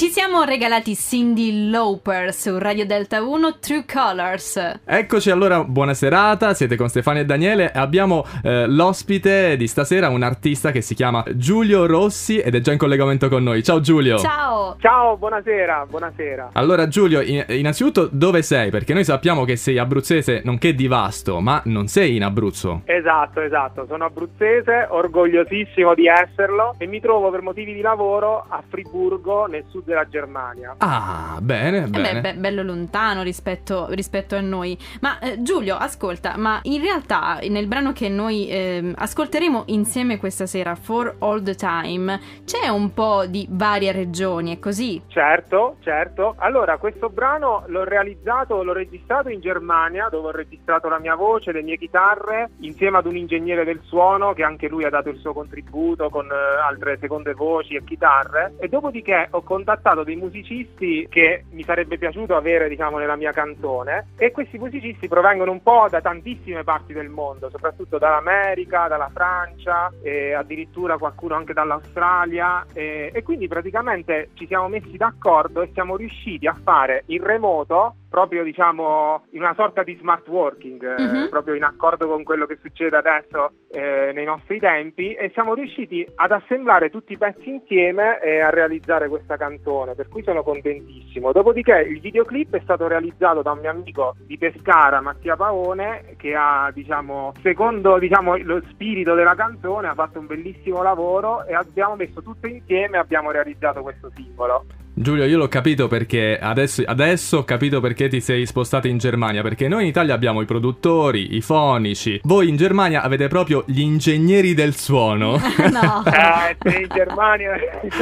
Ci siamo regalati Cyndi Lauper su Radio Delta 1, True Colors. Eccoci allora, buona serata, siete con Stefano e Daniele e abbiamo l'ospite di stasera, un artista che si chiama Giulio Rossi ed è già in collegamento con noi. Ciao Giulio! Ciao! Ciao, buonasera, buonasera. Allora Giulio, innanzitutto dove sei? Perché noi sappiamo che sei abruzzese, nonché di Vasto, ma non sei in Abruzzo. Esatto, sono abruzzese, orgogliosissimo di esserlo e mi trovo per motivi di lavoro a Friburgo, nel sud della Germania. Ah, bene. Bello lontano rispetto a noi. Ma Giulio, ascolta, ma in realtà nel brano che noi ascolteremo insieme questa sera, For All the Time, c'è un po' di varie regioni, è così? Certo. Allora, questo brano l'ho registrato in Germania, dove ho registrato la mia voce, le mie chitarre, insieme ad un ingegnere del suono che anche lui ha dato il suo contributo con altre seconde voci e chitarre, e dopodiché ho contattato dei musicisti che mi sarebbe piaciuto avere, diciamo, nella mia canzone, e questi musicisti provengono un po' da tantissime parti del mondo, soprattutto dall'America, dalla Francia, e addirittura qualcuno anche dall'Australia, e quindi praticamente ci siamo messi d'accordo e siamo riusciti a fare in remoto, proprio diciamo in una sorta di smart working, proprio in accordo con quello che succede adesso nei nostri tempi, e siamo riusciti ad assemblare tutti i pezzi insieme e a realizzare questa canzone, per cui sono contentissimo. Dopodiché il videoclip è stato realizzato da un mio amico di Pescara, Mattia Paone, che ha, diciamo, secondo lo spirito della canzone, ha fatto un bellissimo lavoro e abbiamo messo tutto insieme e abbiamo realizzato questo singolo. Giulio, io l'ho capito perché adesso ho capito perché ti sei spostato in Germania, perché noi in Italia abbiamo i produttori, i fonici, voi in Germania avete proprio gli ingegneri del suono. No. In Germania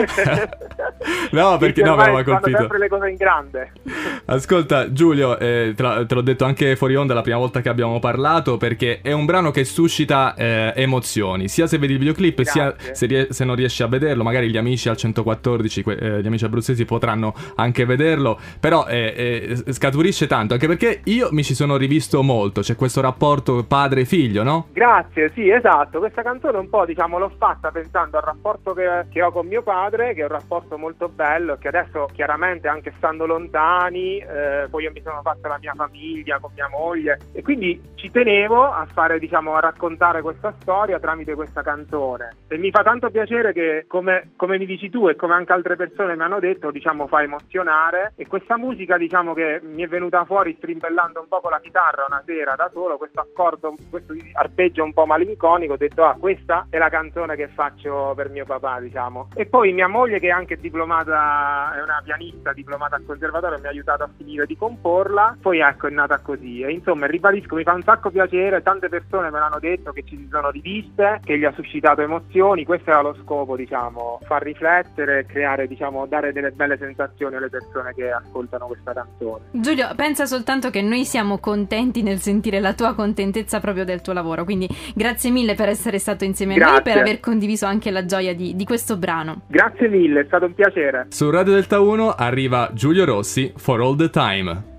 no, perché no, mi aveva fanno colpito sempre le cose in grande. Ascolta Giulio, te l'ho detto anche fuori onda la prima volta che abbiamo parlato, perché è un brano che suscita emozioni, sia se vedi il videoclip, sia se non riesci a vederlo. Magari gli amici al 114, gli amici abruzzesi potranno anche vederlo, però scaturisce tanto, anche perché io mi ci sono rivisto molto. C'è questo rapporto padre-figlio, no? Grazie, sì, esatto. Questa canzone un po', diciamo, l'ho fatta pensando al rapporto che ho con mio padre, che è un rapporto molto bello, che adesso chiaramente, anche stando lontani, poi io mi sono fatta la mia famiglia con mia moglie, e quindi ci tenevo a fare, diciamo, a raccontare questa storia tramite questa canzone, e mi fa tanto piacere che, come mi dici tu e come anche altre persone mi hanno detto, diciamo, fa emozionare. E questa musica, diciamo, che mi è venuta fuori strimpellando un po' con la chitarra una sera da solo, questo accordo, questo arpeggio un po' malinconico, ho detto questa è la canzone che faccio per mio papà, diciamo. E poi mia moglie, che è anche diplomata, è una pianista diplomata al conservatorio, mi ha aiutato a finire di comporla, poi ecco, è nata così. E insomma, ribadisco, mi fa un sacco piacere, tante persone me l'hanno detto che ci si sono riviste, che gli ha suscitato emozioni. Questo era lo scopo, diciamo, far riflettere, creare, diciamo, dare delle belle sensazioni alle persone che ascoltano questa canzone. Giulio, pensa soltanto che noi siamo contenti nel sentire la tua contentezza proprio del tuo lavoro, quindi grazie mille per essere stato insieme a noi, per aver condiviso anche la gioia di questo brano. Grazie mille, è stato un piacere. Su Radio Delta 1 arriva Giulio Rossi, For All the Time.